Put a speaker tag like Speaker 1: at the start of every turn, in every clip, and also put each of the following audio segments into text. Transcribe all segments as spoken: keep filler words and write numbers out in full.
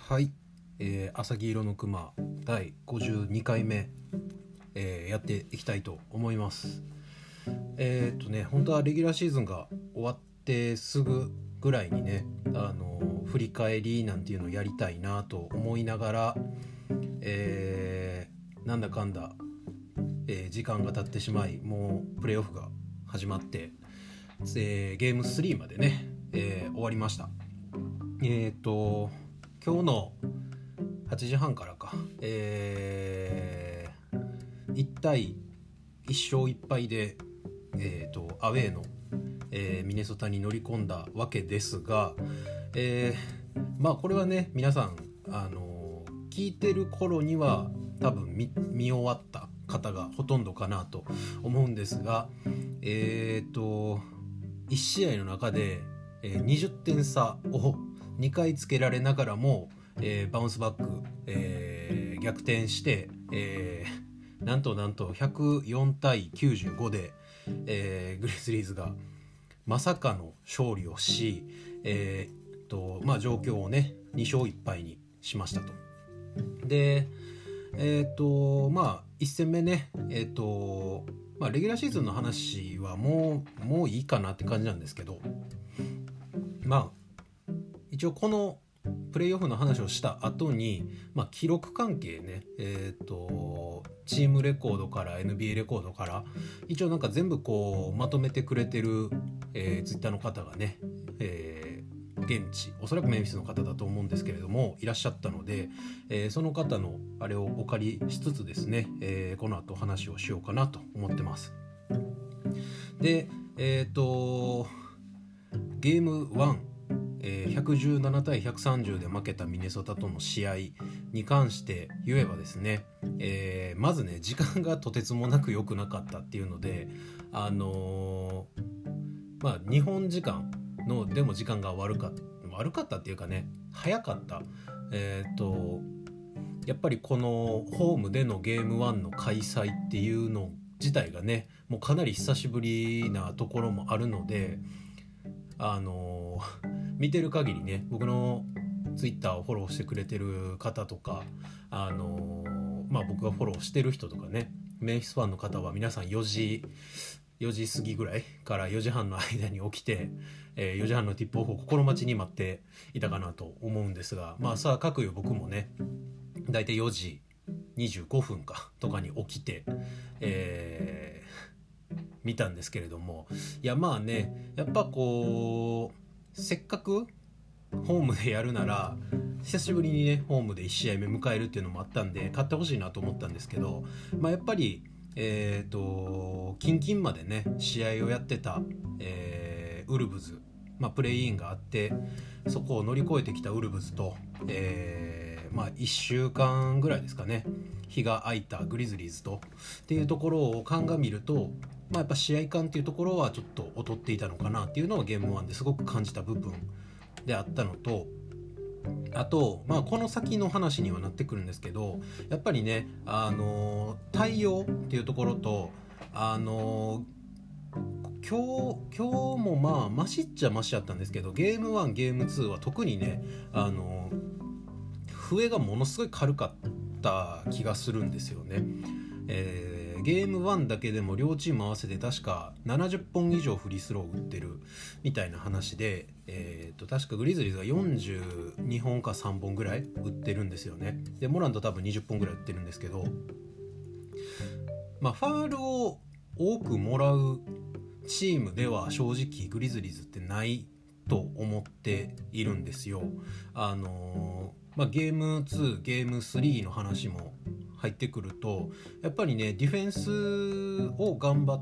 Speaker 1: はい、えー、朝黄色のクマだいごじゅうにかいめ、えー、やっていきたいと思います。えー、っとね本当はレギュラーシーズンが終わってすぐぐらいにね、あのー、振り返りなんていうのをやりたいなと思いながら、えー、なんだかんだ、えー、時間が経ってしまい、もうプレーオフが始まって、えー、ゲームスリーまでね、えー、終わりました。えー、っと今日のはちじはんからか、えー、いち対いち勝いっ敗で、えー、とアウェーの、えー、ミネソタに乗り込んだわけですが、えー、まあこれはね、皆さん、あのー、聞いてる頃には多分 見, 見終わった方がほとんどかなと思うんですが、えー、といち試合の中で、えー、にじゅってん差をにかいつけられながらも、えー、バウンスバック、えー、逆転して、えー、なんとなんとひゃくよんたいきゅうじゅうごで、えー、グリズリーズがまさかの勝利をし、えーとまあ、状況をねに勝いっ敗にしましたと。で、えーとまあ、いち戦目ね、えーとまあ、レギュラーシーズンの話はもう、もういいかなって感じなんですけど、まあ一応このプレーオフの話をした後に、まあ、記録関係ね、えーとチームレコードから エヌビーエー レコードから一応なんか全部こうまとめてくれてる、えー、ツイッターの方がね、えー、現地おそらくメンフィスの方だと思うんですけれどもいらっしゃったので、えー、その方のあれをお借りしつつですね、えー、この後話をしようかなと思ってます。で、えーとゲームワン、えー、ひゃくじゅうななたいひゃくさんじゅうで負けたミネソタとの試合に関して言えばですね、えー、まずね時間がとてつもなく良くなかったっていうので、あのー、まあ日本時間のでも時間が悪かった悪かったっていうかね早かった。えー、とやっぱりこのホームでのゲームワンの開催っていうの自体がねもうかなり久しぶりなところもあるので、あのー、見てる限りね僕のツイッターをフォローしてくれてる方とか、あのー、まあ僕がフォローしてる人とかねメンフィスファンの方は皆さんよじよじ過ぎぐらいからよじはんの間に起きて、えー、よじはんのティップオフを心待ちに待っていたかなと思うんですが、まあさあ各有僕もねだいたいよじにじゅうごふんかとかに起きて、えー、見たんですけれども、いやまあねやっぱこうせっかくホームでやるなら久しぶりにねホームでいち試合目迎えるっていうのもあったんで勝ってほしいなと思ったんですけど、まあ、やっぱりえーとキンキンまでね試合をやってた、えー、ウルブズ、まあ、プレイインがあってそこを乗り越えてきたウルブズと、えー、まあいっしゅうかんぐらいですかね日が空いたグリズリーズとっていうところを鑑みると、まあ、やっぱ試合感っていうところはちょっと劣っていたのかなっていうのをゲームワンですごく感じた部分であったのと、あと、まあ、この先の話にはなってくるんですけどやっぱりね、あのー、対応っていうところと、あのー、今日今日もまあマシっちゃマシやったんですけどゲームワンゲームツーは特にね、あのー、笛がものすごい軽かった気がするんですよね。えーゲームワンだけでも両チーム合わせて確かななじゅっぽん以上フリースローを打ってるみたいな話で、えー、と確かグリズリーズがよんじゅうにほんかさんぼんぐらい打ってるんですよね。でモラント多分にじゅっぽんぐらい打ってるんですけど、まあファールを多くもらうチームでは正直グリズリーズってないと思っているんですよ。あのーまあ、ゲームツーゲームスリーの話も入ってくるとやっぱりねディフェンスを頑張って、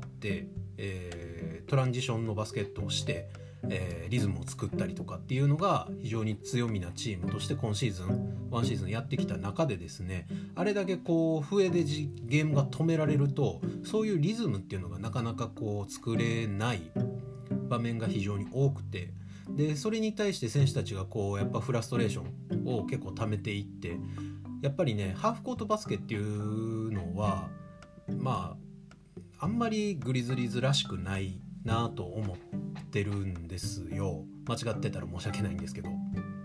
Speaker 1: えー、トランジションのバスケットをして、えー、リズムを作ったりとかっていうのが非常に強みなチームとして今シーズンワンシーズンやってきた中でですね、あれだけこう笛でゲームが止められるとそういうリズムっていうのがなかなかこう作れない場面が非常に多くて、でそれに対して選手たちがこうやっぱフラストレーションを結構溜めていって、やっぱりねハーフコートバスケっていうのはまああんまりグリズリーズらしくないなと思ってるんですよ。間違ってたら申し訳ないんですけど、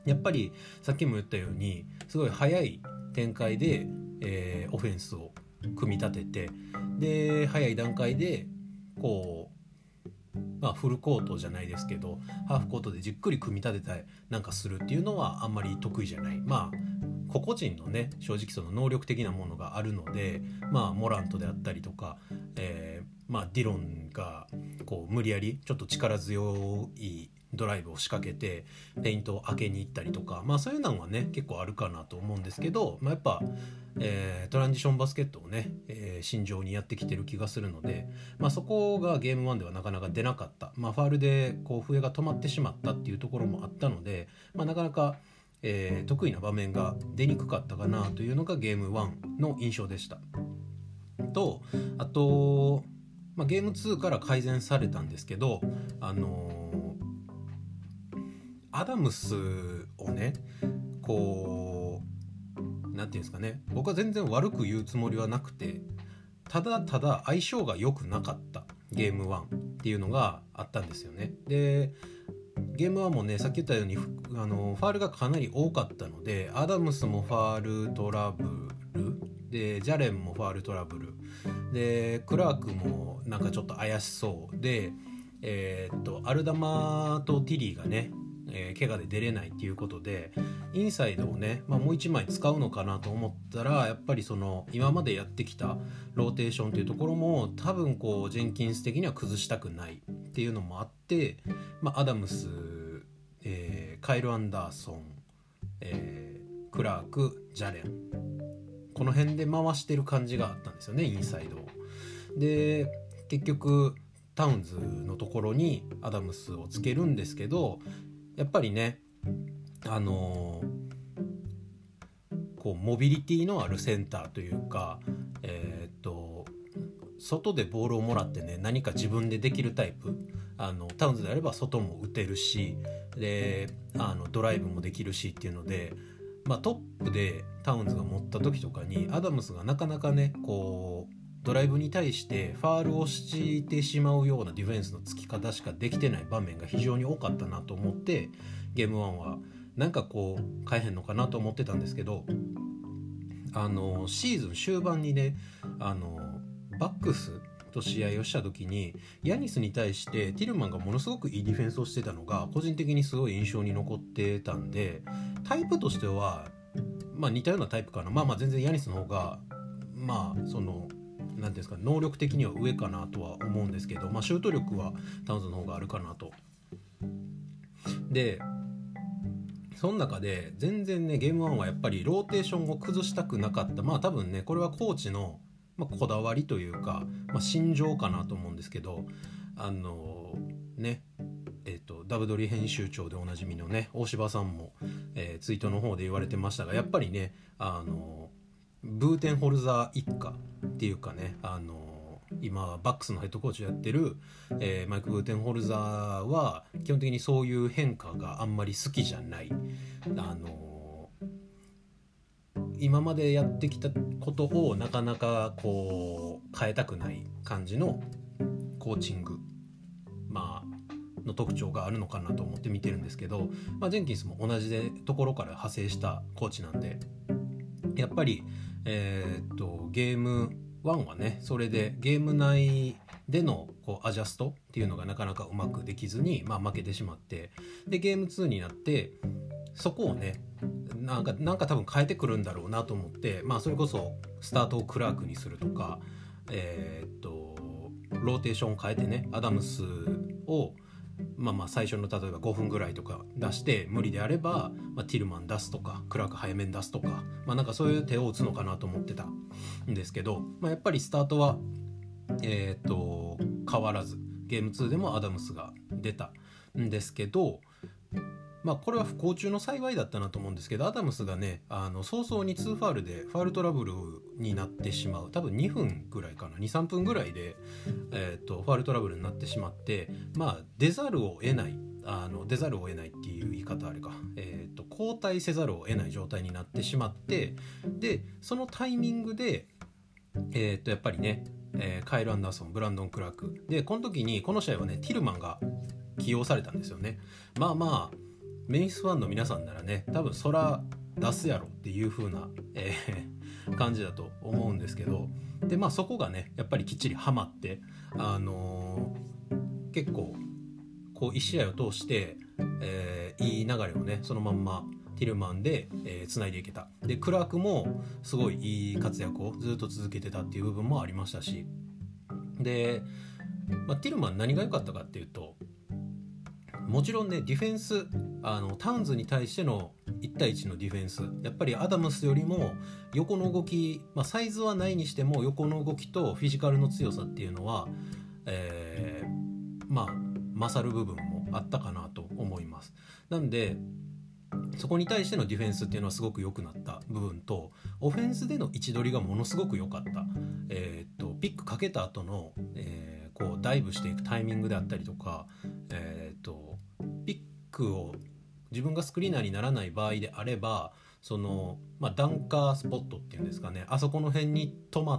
Speaker 1: やっぱりさっきも言ったようにすごい早い展開で、えー、オフェンスを組み立てて、で早い段階でこう、まあ、フルコートじゃないですけどハーフコートでじっくり組み立てたりなんかするっていうのはあんまり得意じゃない。まあ個々人のね正直その能力的なものがあるので、まあモラントであったりとか、えー、まあディロンがこう無理やりちょっと力強いドライブを仕掛けてペイントを開けに行ったりとか、まあそういうのはね結構あるかなと思うんですけど、まあ、やっぱ、えー、トランジションバスケットをね、えー、心情にやってきてる気がするので、まあ、そこがゲームワンではなかなか出なかった、まあ、ファウルでこう笛が止まってしまったっていうところもあったので、まあ、なかなかえー、得意な場面が出にくかったかなというのがゲームワンの印象でした。とあと、まあ、ゲームツーから改善されたんですけど、あのー、アダムスをねこうなんていうんですかね、僕は全然悪く言うつもりはなくて、ただただ相性が良くなかったゲームワンっていうのがあったんですよね。でゲームワンもねさっき言ったようにあのファールがかなり多かったので、アダムスもファールトラブルでジャレンもファールトラブルでクラークもなんかちょっと怪しそうで、えー、っとアルダマとティリーがね、えー、怪我で出れないっていうことでインサイドをね、まあ、もう一枚使うのかなと思ったら、やっぱりその今までやってきたローテーションというところも多分こうジェンキンス的には崩したくないっていうのもあって、まあ、アダムス、えー、カイル・アンダーソン、えー、クラーク、ジャレン、この辺で回してる感じがあったんですよね、インサイドで。結局タウンズのところにアダムスをつけるんですけど、やっぱりねあのー、こうモビリティのあるセンターというか、えー、っと外でボールをもらってね何か自分でできるタイプ、あのタウンズであれば外も打てるしであのドライブもできるしっていうので、まあ、トップでタウンズが持った時とかにアダムスがなかなかねこうドライブに対してファールをしてしまうようなディフェンスのつき方しかできてない場面が非常に多かったなと思って、ゲームワンはなんかこう変えへんのかなと思ってたんですけど、あのシーズン終盤にねあのバックスと試合をした時にヤニスに対してティルマンがものすごくいいディフェンスをしてたのが個人的にすごい印象に残ってたんで、タイプとしてはまあ似たようなタイプかな。まあまあ全然ヤニスの方がまあそのなんていうんですか能力的には上かなとは思うんですけど、まあシュート力はタウンズの方があるかなと。でその中で全然ねゲームワンはやっぱりローテーションを崩したくなかった。まあ多分ねこれはコーチの、まあ、こだわりというか、まあ、心情かなと思うんですけど、あのー、ねえっとダブドリ編集長でおなじみのね大柴さんも、えー、ツイートの方で言われてましたが、やっぱりねあのー、ブーテンホルザー一家っていうかね、あのー今バックスのヘッドコーチをやってる、えー、マイク・ブーテンホルザーは基本的にそういう変化があんまり好きじゃない、あのー、今までやってきたことをなかなかこう変えたくない感じのコーチング、まあ、の特徴があるのかなと思って見てるんですけど、まあ、ジェンキンスも同じでところから派生したコーチなんで、やっぱり、えー、っとゲームワンはねそれでゲーム内でのこうアジャストっていうのがなかなかうまくできずに、まあ、負けてしまって、でゲームツーになってそこをねなんかなんか多分変えてくるんだろうなと思って、まあ、それこそスタートをクラークにするとか、えー、っとローテーションを変えてねアダムスをまあまあ最初の例えばごふんぐらいとか出して無理であれば、まあ、ティルマン出すとかクラーク早めに出すとか、まあなんかそういう手を打つのかなと思ってたんですけど、まあ、やっぱりスタートはえー、と変わらずゲームツーでもアダムスが出たんですけど、まあこれは不幸中の幸いだったなと思うんですけど、アダムスがねあの早々ににファウルでファウルトラブルになってしまう、多分にふんぐらいかな にさんぷんぐらいで、えー、とファウルトラブルになってしまって、まあ出ざるを得ないあの出ざるを得ないっていう言い方あれか、えー、と交代せざるを得ない状態になってしまって、でそのタイミングでえー、とやっぱりね、えー、カイル・アンダーソン、ブランドン・クラークで、この時にこの試合はねティルマンが起用されたんですよね。まあまあメイスファンの皆さんならね多分そら出すやろっていう風な、えー、感じだと思うんですけど、でまあそこがねやっぱりきっちりハマって、あのー、結構こういち試合を通して、えー、いい流れをねそのまんまティルマンで、えー、繋いでいけた。でクラークもすごいいい活躍をずっと続けてたっていう部分もありましたし、で、まあ、ティルマン何が良かったかっていうと、もちろんねディフェンス、あのタウンズに対してのいち対いちのディフェンス、やっぱりアダムスよりも横の動き、まあ、サイズはないにしても横の動きとフィジカルの強さっていうのは、えー、まあ勝る部分もあったかなと思います。なんでそこに対してのディフェンスっていうのはすごく良くなった部分と、オフェンスでの位置取りがものすごく良かった。えー、っとピックかけた後の、えー、こうダイブしていくタイミングであったりとか、えー、っとピックを自分がスクリーナーにならない場合であれば、その、まあ、ダンカースポットっていうんですかね、あそこの辺に止まって、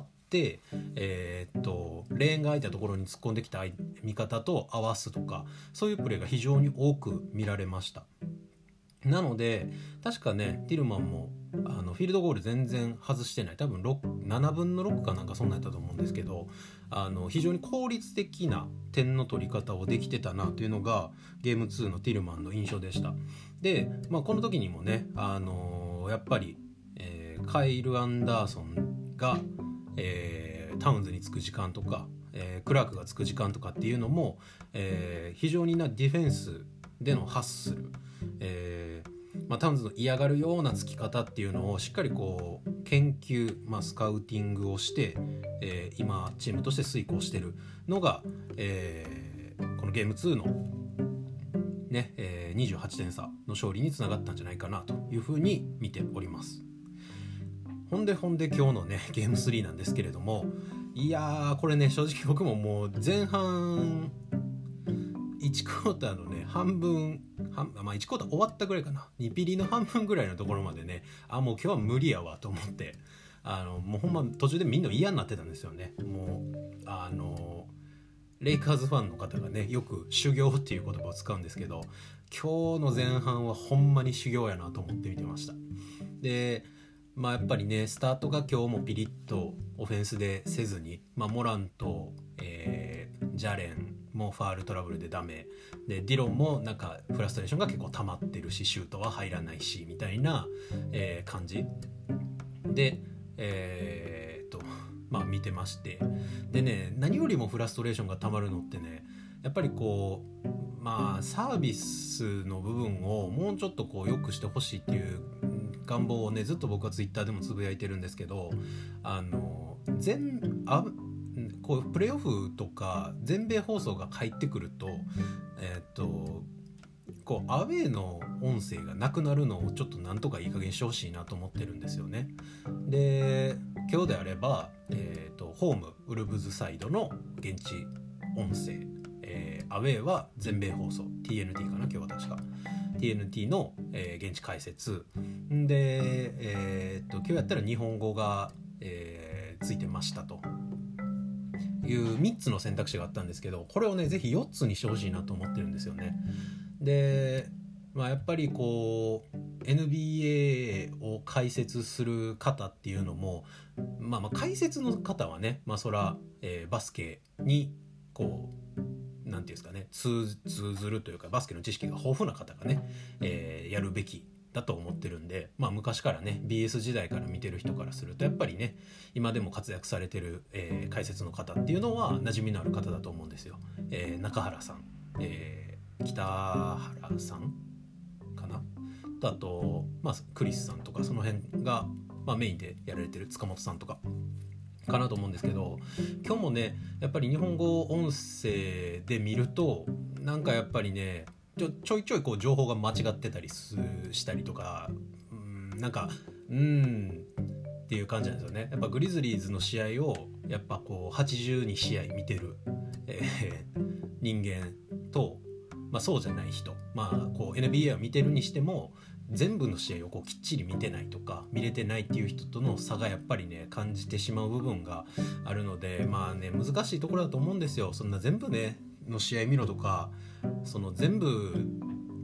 Speaker 1: えー、っとレーンが空いたところに突っ込んできた味方と合わすとか、そういうプレーが非常に多く見られました。なので確かねティルマンもあのフィールドゴール全然外してない、多分ななぶんのろくかなんかそんなんやったと思うんですけど、あの非常に効率的な点の取り方をできてたなというのがゲームツーのティルマンの印象でした。で、まあ、この時にもね、あのー、やっぱり、えー、カイル・アンダーソンが、えー、タウンズにつく時間とか、えー、クラークがつく時間とかっていうのも、えー、非常になディフェンスでのハッスル、えーまあ、タウンズの嫌がるようなつき方っていうのをしっかりこう研究、まあ、スカウティングをして、えー、今チームとして遂行してるのが、えー、このゲームツーの、ねえー、にじゅうはちてん差の勝利につながったんじゃないかなというふうに見ております。ほんでほんで今日のねゲームスリーなんですけれども、いやーこれね正直僕ももう前半いちクォーターのね半分半、まあ、いちクォーター終わったぐらいかな、にピリの半分ぐらいのところまでね、あもう今日は無理やわと思って、あのもうほんま途中でみんな嫌になってたんですよね。もうあのレイカーズファンの方がねよく修行っていう言葉を使うんですけど、今日の前半はほんまに修行やなと思って見てました。でまあやっぱりねスタートが今日もピリッとオフェンスでせずに、まあ、モランと、えー、ジャレンもファールトラブルでダメで、ディロンもなんかフラストレーションが結構溜まってるしシュートは入らないしみたいな、えー、感じで、えー、っとまあ見てまして、でね何よりもフラストレーションが溜まるのってね、やっぱりこうまあサービスの部分をもうちょっとこう良くしてほしいっていう願望をねずっと僕はツイッターでもつぶやいてるんですけど、あの全あこうプレーオフとか全米放送が入ってくると、えー、っとこうアウェーの音声がなくなるのをちょっとなんとかいい加減してほしいなと思ってるんですよね。で今日であれば、えー、とホームウルブズサイドの現地音声、えー、アウェーは全米放送 ティーエヌティー かな今日は確か ティーエヌティー の、えー、現地解説で、えー、と今日やったら日本語が、えー、ついてましたというみっつの選択肢があったんですけど、これをねぜひよっつにしてほしいなと思ってるんですよね。で、まあ、やっぱりこう エヌビーエー を解説する方っていうのも、まあ、まあ解説の方はね、まあ、そら、えー、バスケにこうなんていうんですかね 通, 通ずるというかバスケの知識が豊富な方がね、えー、やるべきだと思ってるんで、まあ、昔からね ビーエス 時代から見てる人からするとやっぱりね今でも活躍されてる、えー、解説の方っていうのは馴染みのある方だと思うんですよ。えー、中原さん、えー、北原さんかなと、あと、まあ、クリスさんとかその辺が、まあ、メインでやられてる塚本さんとかかなと思うんですけど、今日もねやっぱり日本語音声で見るとなんかやっぱりねち ょ, ちょいちょいこう情報が間違ってたりしたりとか、うんなんかうーんっていう感じなんですよね。やっぱグリズリーズの試合をやっぱこうはちじゅうに試合見てる、えー、人間と、まあ、そうじゃない人、まあこう エヌビーエー を見てるにしても全部の試合をこうきっちり見てないとか見れてないっていう人との差がやっぱりね感じてしまう部分があるので、まあね難しいところだと思うんですよ。そんな全部ねの試合見ろとかその全部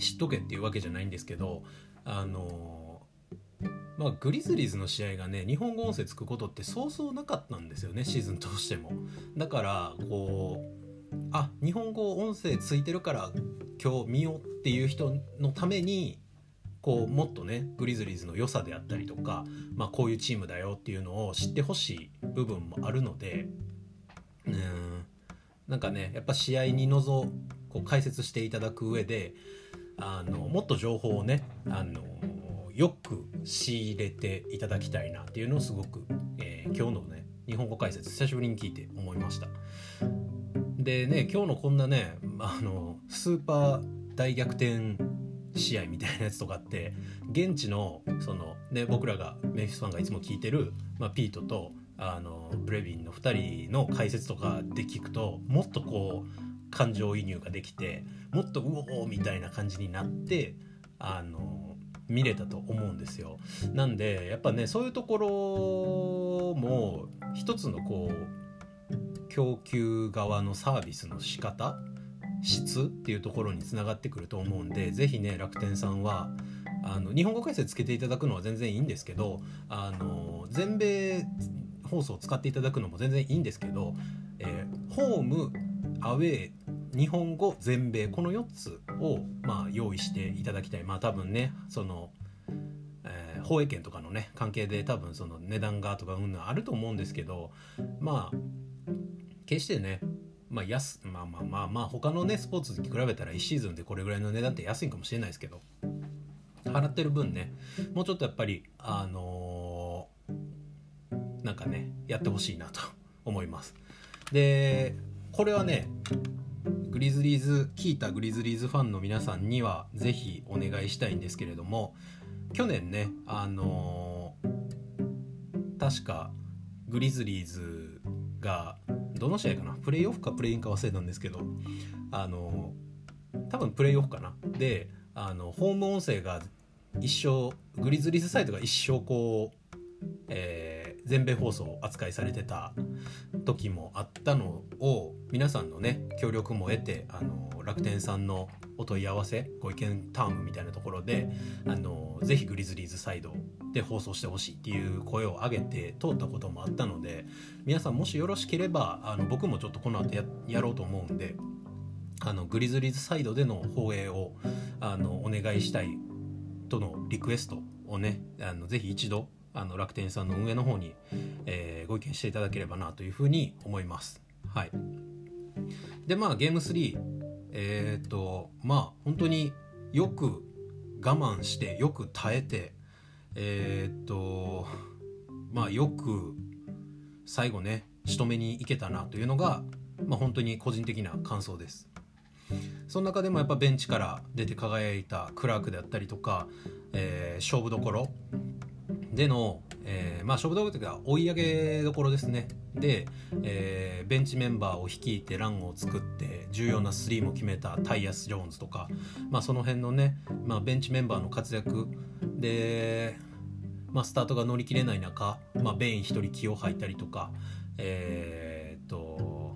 Speaker 1: 知っとけっていうわけじゃないんですけど、あのまあグリズリーズの試合がね日本語音声つくことってそうそうなかったんですよね、シーズン通しても。だからこうあ日本語音声ついてるから今日見ようっていう人のためにこうもっとねグリズリーズの良さであったりとか、まあ、こういうチームだよっていうのを知ってほしい部分もあるので、うーんなんかねやっぱ試合にのぞこう解説していただく上であのもっと情報をねあのよく仕入れていただきたいなっていうのをすごく、えー、今日のね日本語解説久しぶりに聞いて思いました。でね今日のこんなねあのスーパー大逆転試合みたいなやつとかって現地のそのね僕らがメンフィスファンがいつも聞いてる、まあ、ピートとあのブレビンのふたりの解説とかで聞くともっとこう感情移入ができてもっとうおーみたいな感じになってあの見れたと思うんですよ。なんでやっぱねそういうところも一つのこう供給側のサービスの仕方質っていうところにつながってくると思うんで、ぜひね楽天さんはあの日本語解説つけていただくのは全然いいんですけど、あの全米放送を使っていただくのも全然いいんですけど、えー、ホームアウェー日本語全米このよっつを、まあ、用意していただきたい。まあ多分ねその、えー、放映権とかのね関係で多分その値段がとかうんあると思うんですけど、まあ決してねまあ安まあまあまあまあ他のねスポーツに比べたらいちシーズンでこれぐらいの値段って安いかもしれないですけど、払ってる分ねもうちょっとやっぱりあのー、なんかねやってほしいなと思います。でこれはねグリズリーズ聞いたグリズリーズファンの皆さんにはぜひお願いしたいんですけれども、去年ねあのー、確かグリズリーズがどの試合かなプレイオフかプレイインか忘れたんですけど、あの多分プレイオフかなであのホーム音声が一生グリズリーズサイトが一生こう、えー、全米放送扱いされてた時もあったのを皆さんのね協力も得てあの楽天さんのお問い合わせご意見タームみたいなところであのぜひグリズリーズサイドで放送してほしいっていう声を上げて通ったこともあったので、皆さんもしよろしければあの僕もちょっとこの後 や, やろうと思うんであのグリズリーズサイドでの放映をあのお願いしたいとのリクエストをねあのぜひ一度あの楽天さんの運営の方に、えー、ご意見していただければなというふうに思います。はい。でまあゲームスリーえー、っとまあ本当によく我慢してよく耐えてえー、っとまあよく最後ね仕留めに行けたなというのが、まあ、本当に個人的な感想です。その中でもやっぱベンチから出て輝いたクラークであったりとか、えー、勝負どころでの、えーまあ、勝負どころというか追い上げどころですねで、えー、ベンチメンバーを率いてランを作って重要なスリーも決めたタイヤス・ジョーンズとか、まあ、その辺のね、まあ、ベンチメンバーの活躍で、まあ、スタートが乗り切れない中、まあ、ベイン一人気を吐いたりとかえー、っと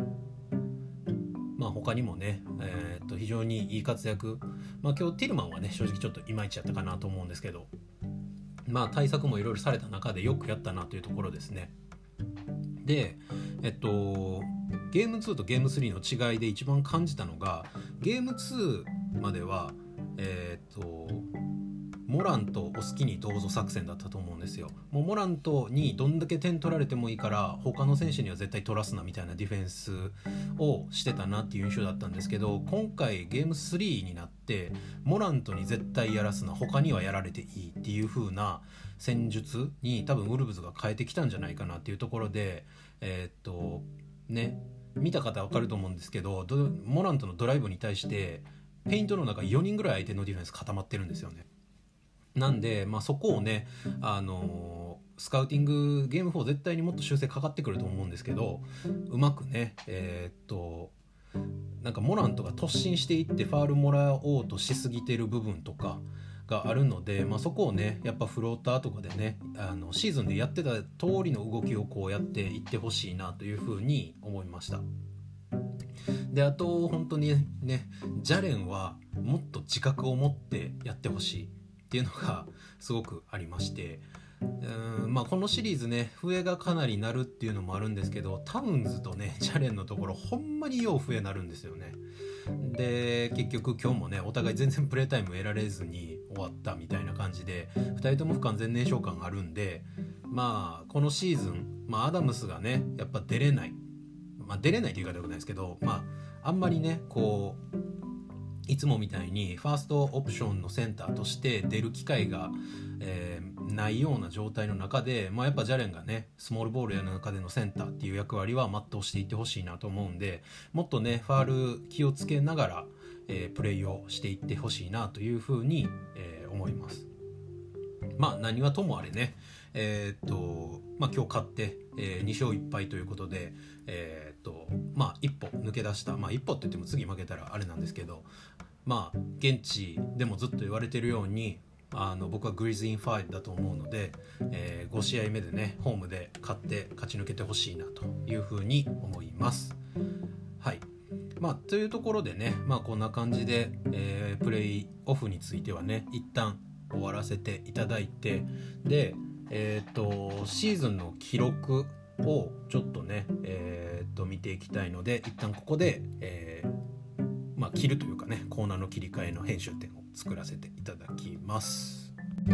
Speaker 1: まあ他にもね、えー、っと非常にいい活躍、まあ、今日ティルマンはね正直ちょっといまいちやったかなと思うんですけど、まあ対策もいろいろされた中でよくやったなというところですね。でえっとゲームツーとゲームスリーの違いで一番感じたのがゲームツーまではえー、っとモラントお好きにどうぞ作戦だったと思うんですよ。もうモラントにどんだけ点取られてもいいから他の選手には絶対取らすなみたいなディフェンスをしてたなっていう印象だったんですけど、今回ゲームスリーになってモラントに絶対やらすな他にはやられていいっていう風な戦術に多分ウルブズが変えてきたんじゃないかなっていうところで、えー、っとね見た方は分かると思うんですけどモラントのドライブに対してペイントの中よにんぐらい相手のディフェンス固まってるんですよね。なんで、まあ、そこをね、あのー、スカウティングゲームフォー絶対にもっと修正かかってくると思うんですけどうまくねえー、っとなんかモラントが突進していってファールもらおうとしすぎてる部分とかがあるので、まあ、そこをねやっぱフローターとかでねあのシーズンでやってた通りの動きをこうやっていってほしいなというふうに思いました。 であと本当にねジャレンはもっと自覚を持ってやってほしいっていうのがすごくありまして、うーんまあこのシリーズね笛がかなり鳴るっていうのもあるんですけど、タウンズとねジャレンのところほんまによう笛鳴るんですよね。で結局今日もねお互い全然プレータイム得られずに終わったみたいな感じで、ふたりとも不完全燃焼感があるんで、まあこのシーズン、まあ、アダムスがねやっぱ出れない、まあ出れないという言い方はよくないですけど、まああんまりねこういつもみたいにファーストオプションのセンターとして出る機会が、えー、ないような状態の中で、まあ、やっぱジャレンがねスモールボールやる中でのセンターっていう役割は全うしていってほしいなと思うんで、もっとねファール気をつけながら、えー、プレーをしていってほしいなというふうに、えー、思います。まあ何はともあれね、えーっとまあ、今日勝って、えー、に勝いっぱいということで、えーっとまあ、一歩抜け出した、まあ、一歩って言っても次負けたらあれなんですけど、まあ現地でもずっと言われてるようにあの僕はグリズインファイブだと思うので、えー、ご試合目でねホームで勝って勝ち抜けてほしいなというふうに思います。はい、まあ、というところでね、まあ、こんな感じで、えー、プレイオフについてはね一旦終わらせていただいて、で、えー、とシーズンの記録をちょっとね、えー、と見ていきたいので、一旦ここで、えーまあ、切るというかねコーナーの切り替えの編集点を作らせていただきます。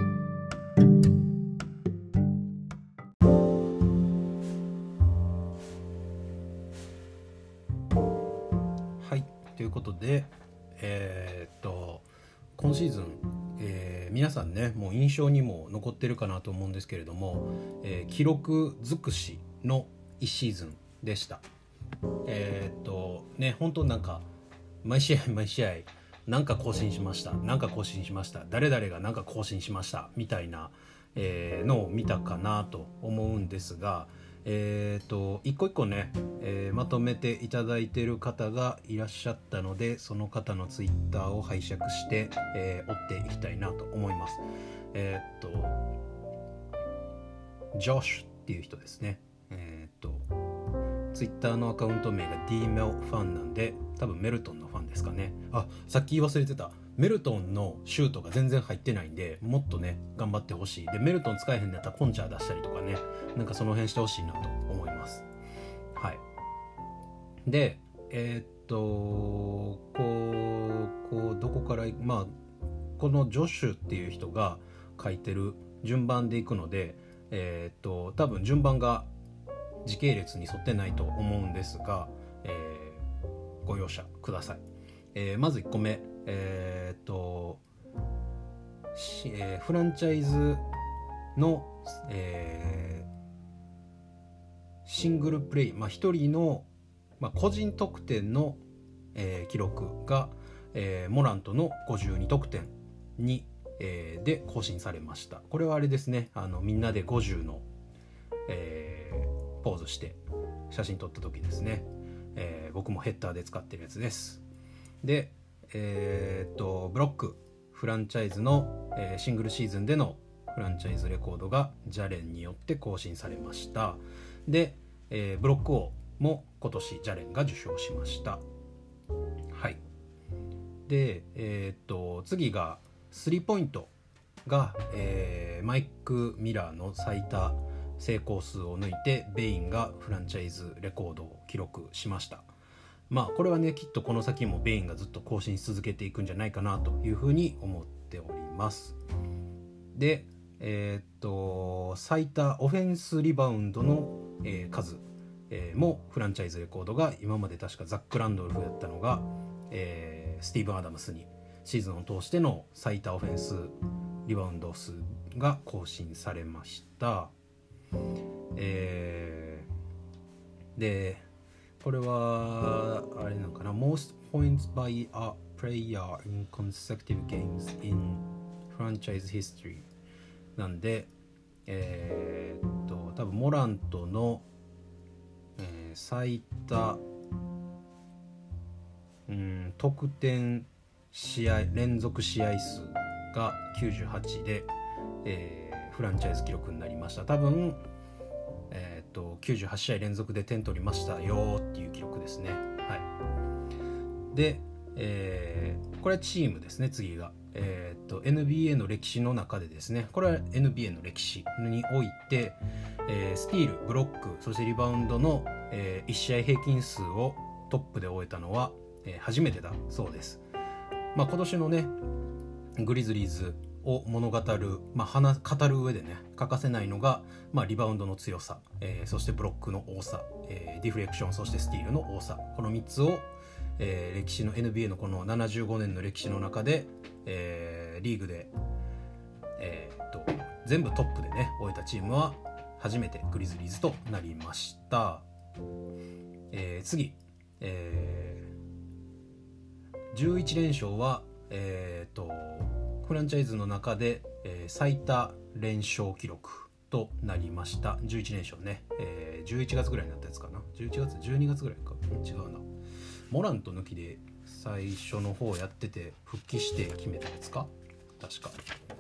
Speaker 1: はい、ということで、えー、っと今シーズン、えー、皆さんねもう印象にも残ってるかなと思うんですけれども、えー、記録尽くしのいちシーズンでした。えー、っとね本当なんか毎試合毎試合なんか更新しましたなんか更新しました誰々がなんか更新しましたみたいな、えー、のを見たかなと思うんですが、えー、と一個一個ね、えー、まとめていただいている方がいらっしゃったので、その方のツイッターを拝借して、えー、追っていきたいなと思います。えー、っとジョシュっていう人ですね。えー、っとツイッターのアカウント名が ディーメル ファンなんで、多分メルトンのファンですかね。あ、さっき言い忘れてた。メルトンのシュートが全然入ってないんで、もっとね頑張ってほしい。でメルトン使えへんだったらコンチャー出したりとかね、なんかその辺してほしいなと思います。はい。でえー、っとこうこうどこからまあこのジョシュっていう人が書いてる順番でいくので、えー、っと多分順番が時系列に沿ってないと思うんですが、えー、ご容赦ください。えー、まずいっこめ、えー、っと、えー、フランチャイズの、えー、シングルプレイ、まあ、ひとりの、まあ、個人得点の、えー、記録が、えー、モラントのごじゅうに得点に、えー、で更新されました。これはあれですね、あのみんなでごじゅうの、えー、ポーズして写真撮った時ですね、えー、僕もヘッダーで使ってるやつです。で、えー、っとブロックフランチャイズの、えー、シングルシーズンでのフランチャイズレコードがジャレンによって更新されました。で、えー、ブロック王も今年ジャレンが受賞しました。はい。で、えー、っと次がスリーポイントが、えー、マイク・ミラーの最多成功数を抜いてベインがフランチャイズレコードを記録しました。まあこれはねきっとこの先もベインがずっと更新し続けていくんじゃないかなというふうに思っております。でえー、っと最多オフェンスリバウンドの、えー、数、えー、もフランチャイズレコードが今まで確かザック・ランドルフだったのが、えー、スティーブン・アダムスにシーズンを通しての最多オフェンスリバウンド数が更新されました。えー、でこれはあれなのかな、 Most points by a player in consecutive games in franchise history なんで、えー、っと多分モラントの、えー、最多、うん、得点試合連続試合数がきゅうじゅうはちで、えー、フランチャイズ記録になりました。多分えー、ときゅうじゅうはち試合連続で点取りましたよっていう記録ですね。はい。 で、えー、これはチームですね。次が、えー、と エヌビーエー の歴史の中でですね、これは エヌビーエー の歴史において、えー、スティール、ブロック、そしてリバウンドの、えー、いち試合平均数をトップで終えたのは、えー、初めてだそうです。まあ、今年のねグリズリーズを物語る、まあ、話語る上でね欠かせないのが、まあ、リバウンドの強さ、えー、そしてブロックの多さ、えー、ディフレクション、そしてスティールの多さ、このみっつを、えー、歴史の エヌビーエー のこのななじゅうごねんの歴史の中で、えー、リーグで、えー、っと全部トップでね終えたチームは初めてグリズリーズとなりました。えー、次、えー、じゅういちれんしょうは、えー、とフランチャイズの中で、えー、最多連勝記録となりました。じゅういちれんしょうね、えー、じゅういちがつぐらいになったやつかな。じゅういちがつじゅうにがつぐらいか、違うな、モラント抜きで最初の方やってて復帰して決めたやつか、確か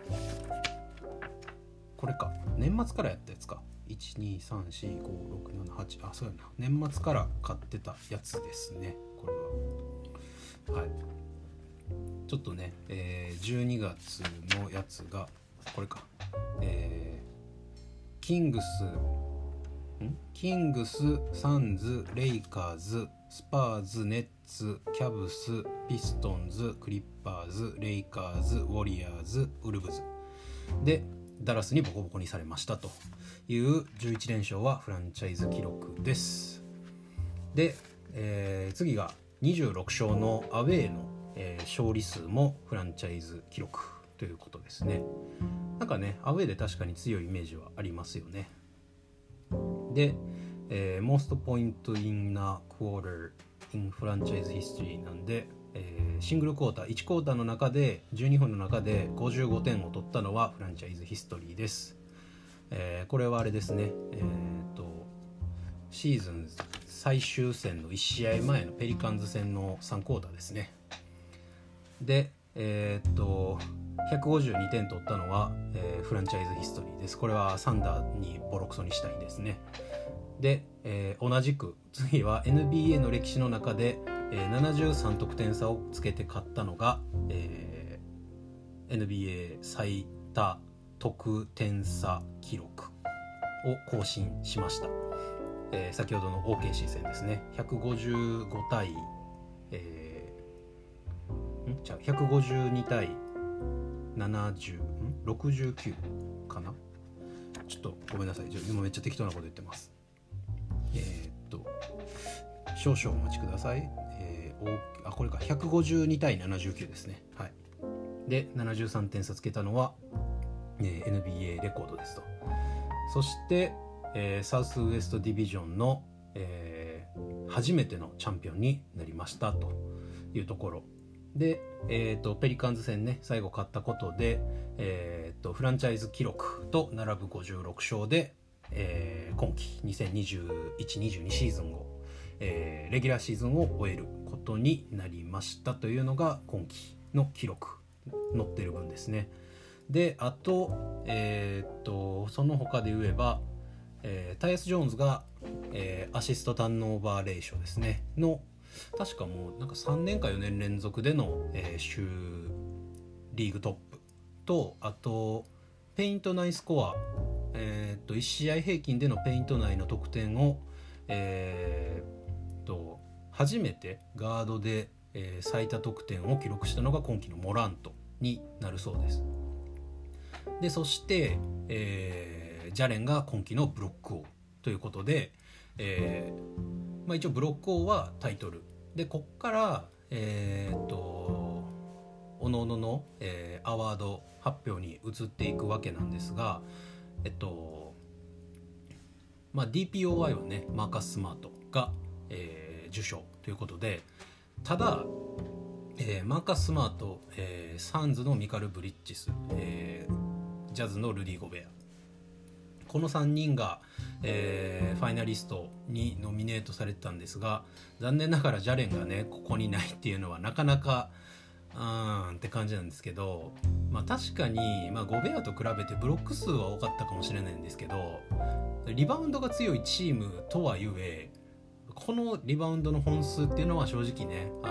Speaker 1: これか、年末からやったやつか。いちにさんしごろくななはち、あ、そうやな、年末から買ってたやつですね、これは。はい、ちょっとね、えー、じゅうにがつのやつがこれか、えー、キングスんキングス、サンズ、レイカーズ、スパーズ、ネッツ、キャブス、ピストンズ、クリッパーズ、レイカーズ、ウォリアーズ、ウルブズでダラスにボコボコにされましたというじゅういちれんしょうはフランチャイズ記録です。で、えー、次がにじゅうろくしょうのアウェーの、えー、勝利数もフランチャイズ記録ということですね。なんかね、アウェーで確かに強いイメージはありますよね。で、えー、Most Point in a Quarter in Franchise History なんで、えー、シングルクォーターいちクォーターの中でじゅうにほんの中でごじゅうごてんを取ったのはフランチャイズヒストリーです。えー、これはあれですね、えー、とシーズン最終戦のいち試合前のペリカンズ戦のさんクォーターですね。で、えー、とひゃくごじゅうにてん取ったのは、えー、フランチャイズヒストリーです。これはサンダーにボロクソにしたいですね。で、えー、同じく次は エヌビーエー の歴史の中で、えー、ななじゅうさんとくてん差をつけて勝ったのが、えー、エヌビーエー 最多得点差記録を更新しました。えー、先ほどの オーケーシー 戦ですね。ひゃくごじゅうごたい、えー、んじゃあひゃくごじゅうにたいななじゅう、んろくじゅうきゅうかな。ちょっとごめんなさい、今めっちゃ適当なこと言ってます。えー、っと少々お待ちください。えー、あこれかひゃくごじゅうにたいななじゅうきゅうですね。はい。でななじゅうさんてん差つけたのは、えー、エヌビーエー レコードですと。そして、えー、サウスウエストディビジョンの、えー、初めてのチャンピオンになりましたというところで、えー、とペリカンズ戦ね最後勝ったことで、えー、とフランチャイズ記録と並ぶごじゅうろくしょうで、えー、今季にせんにじゅういちにじゅうにシーズンを、えー、レギュラーシーズンを終えることになりましたというのが今季の記録載ってる分ですね。であと,、えー、とその他で言えば、えー、タイエス・ジョーンズが、えー、アシストターンオーバーレーションですねの確かもうなんかさんねんかよねん連続での、えー、週リーグトップと、あとペイント内スコア、えー、といち試合平均でのペイント内の得点を、えー、と初めてガードで、えー、最多得点を記録したのが今季のモラントになるそうです。でそして、えー、ジャレンが今季のブロック王ということで、えーまあ、一応ブロック王はタイトルで、こっから、えー、とおのおのの、えー、アワード発表に移っていくわけなんですが、えっとまあ、ディーピーオーワイ はねマーカス・スマートが、えー、受賞ということで、ただ、えー、マーカス・スマート、えー、サンズのミカル・ブリッジス、えー、ジャズのルディ・ゴベア、このさんにんが、えー、ファイナリストにノミネートされてたんですが、残念ながらジャレンがねここにないっていうのはなかなかうーんって感じなんですけど、まあ確かに、まあ、ゴベアと比べてブロック数は多かったかもしれないんですけど、リバウンドが強いチームとはいえこのリバウンドの本数っていうのは正直ねあの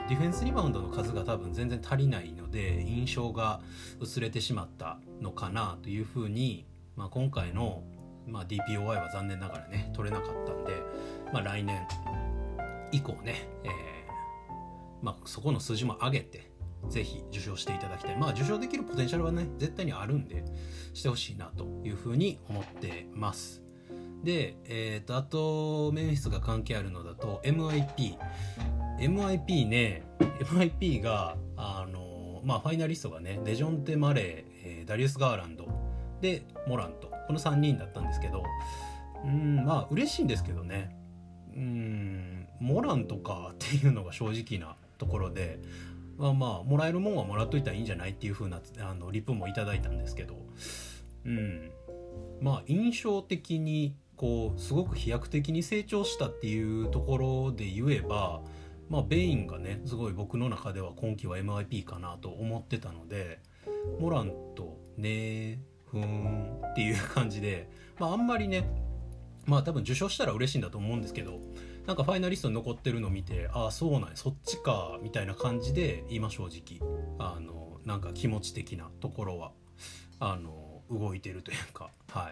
Speaker 1: ディフェンスリバウンドの数が多分全然足りないので印象が薄れてしまったのかなというふうに、まあ、今回の、まあ、ディーピーオーワイ は残念ながらね取れなかったんで、まあ、来年以降ね、えーまあ、そこの数字も上げてぜひ受賞していただきたい。まあ受賞できるポテンシャルはね絶対にあるんでしてほしいなというふうに思ってます。で、えー、とあとメンフィスが関係あるのだと エムアイピー エムアイピー ね エムアイピー があのまあファイナリストがねデジョンテ・マレー、えー、ダリウス・ガーランドでモラント、このさんにんだったんですけど、うーんまあ嬉しいんですけどね、うーんモラントかっていうのが正直なところで、まあまあもらえるもんはもらっといたらいいんじゃないっていう風なあのリプもいただいたんですけど、うんまあ印象的にこうすごく飛躍的に成長したっていうところで言えば、まあベインがねすごい僕の中では今季は エムアイピー かなと思ってたので、モラントねふーんっていう感じで、まああんまりねまあ多分受賞したら嬉しいんだと思うんですけど、なんかファイナリストに残ってるのを見て、ああそうなんやそっちかみたいな感じで今正直あのなんか気持ち的なところはあの動いてるというか、はい。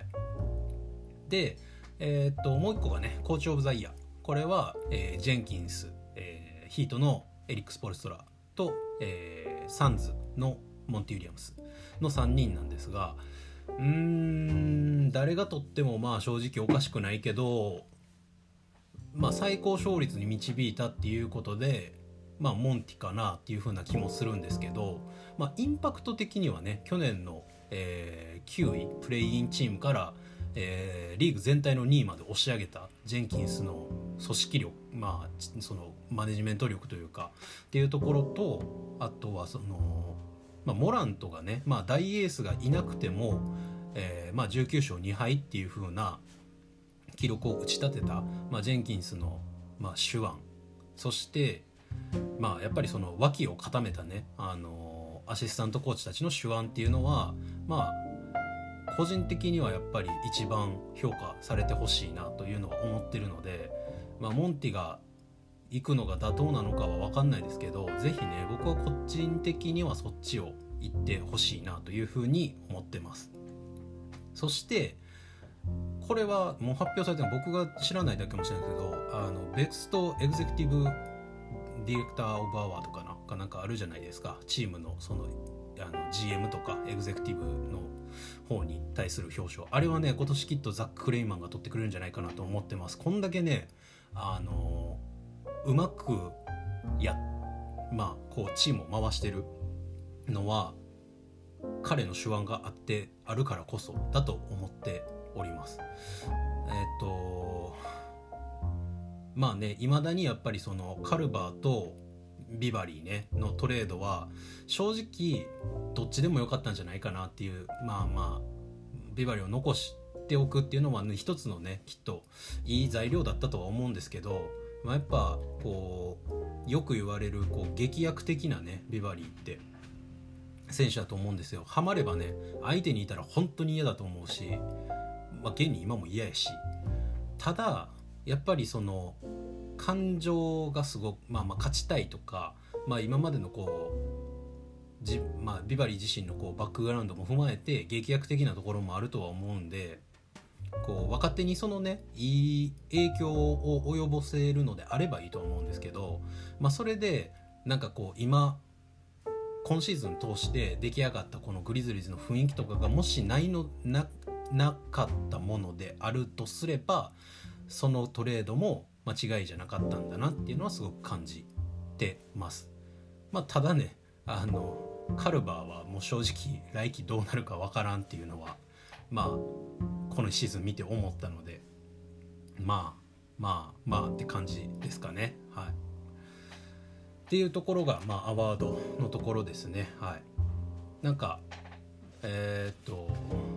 Speaker 1: で、えー、っともう一個がねコーチオブザイヤー、これは、えー、ジェンキンス、えー、ヒートのエリック・スポルストラと、えー、サンズのモンティ・ウィリアムスのさんにんなんですが、うーん誰がとってもまあ正直おかしくないけど、まあ、最高勝率に導いたっていうことで、まあ、モンティかなっていう風な気もするんですけど、まあ、インパクト的にはね去年の、えー、きゅういプレイインチームから、えー、リーグ全体のにいまで押し上げたジェンキンスの組織力、まあ、そのマネジメント力というかっていうところと、あとはその、まあ、モラントがね、まあ、大エースがいなくても、えーまあ、じゅうきゅうしょうにはいっていう風な記録を打ち立てた、まあ、ジェンキンスの、まあ、手腕、そして、まあ、やっぱりその脇を固めたね、あのー、アシスタントコーチたちの手腕っていうのは、まあ、個人的にはやっぱり一番評価されてほしいなというのは思ってるので、まあ、モンティが行くのが妥当なのかは分かんないですけど、ぜひね僕は個人的にはそっちを行ってほしいなというふうに思ってます。そしてこれはもう発表されてるの僕が知らないだけかもしれないけど、あのベストエグゼクティブディレクターオブアワードかなかなんかあるじゃないですか、チームのそのあの ジーエム とかエグゼクティブの方に対する表彰、あれはね今年きっとザック・クレイマンが取ってくれるんじゃないかなと思ってます。こんだけねあのうまくやまあこうチームを回してるのは彼の手腕があってあるからこそだと思っております。えっとまあね未だにやっぱりそのカルバーとビバリーねのトレードは正直どっちでもよかったんじゃないかなっていう、まあまあビバリーを残しておくっていうのは、ね、一つのねきっといい材料だったとは思うんですけど、まあ、やっぱこうよく言われるこう劇薬的なねビバリーって選手だと思うんですよ。ハマればね相手にいたら本当に嫌だと思うし、まあ、現に今も嫌やし、ただやっぱりその感情がすごく、まあ、まあ勝ちたいとか、まあ、今までのこうじ、まあ、ビバリー自身のこうバックグラウンドも踏まえて劇薬的なところもあるとは思うんで、こう若手にそのねいい影響を及ぼせるのであればいいと思うんですけど、まあ、それでなんかこう今今シーズン通して出来上がったこのグリズリーズの雰囲気とかがもしないの な, なかったものであるとすれば、そのトレードも間違いじゃなかったんだなっていうのはすごく感じてます。まあ、ただねあのカルバーはもう正直来季どうなるかわからんっていうのはまあこのシーズン見て思ったので、まあまあまあって感じですかね。はい。っていうところが、まあ、アワードのところですね。はい。なんかえー、っと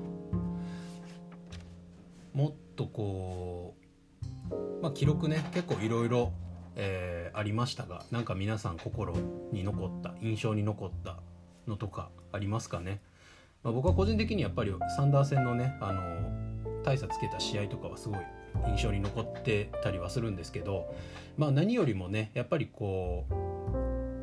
Speaker 1: もっとこう、まあ、記録ね結構いろいろありましたが、なんか皆さん心に残った印象に残ったのとかありますかね。まあ、僕は個人的にやっぱりサンダー戦のねあの大差つけた試合とかはすごい印象に残ってたりはするんですけど、まあ、何よりもねやっぱりこう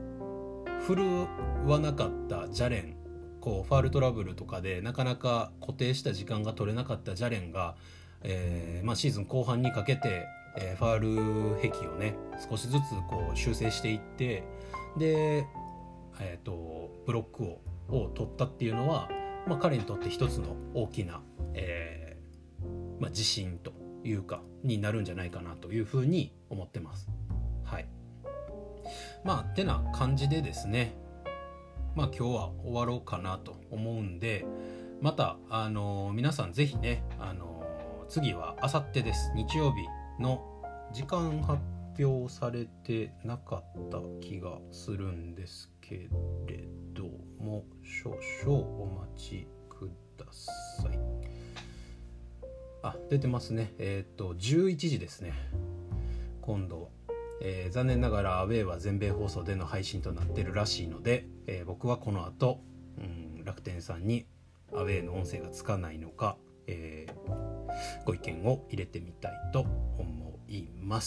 Speaker 1: 振るわなかったジャレン、こうファールトラブルとかでなかなか固定した時間が取れなかったジャレンが、えーまあ、シーズン後半にかけて、えー、ファール壁をね少しずつこう修正していって、で、えー、とブロックをを取ったっていうのは、まあ、彼にとって一つの大きな、えーまあ、自信というかになるんじゃないかなというふうに思ってます。はい。まあてな感じでですね、まあ今日は終わろうかなと思うんで、またあのー、皆さんぜひね、あのー、次はあさってです。日曜日の時間発表されてなかった気がするんですけれども、少々お待ちください。あ、出てますね。えっとじゅういちじですね、今度は。えー、残念ながらアウェーは全米放送での配信となってるらしいので、えー、僕はこの後、うん、楽天さんにアウェーの音声がつかないのか、えー、ご意見を入れてみたいと思います。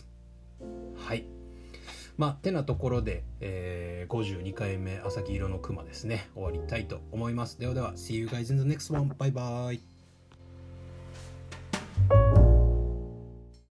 Speaker 1: はい。まあてなところで、えー、ごじゅうにかいめ朝黄色のクマですね、終わりたいと思います。ではでは See you guys in the next one. Bye bye.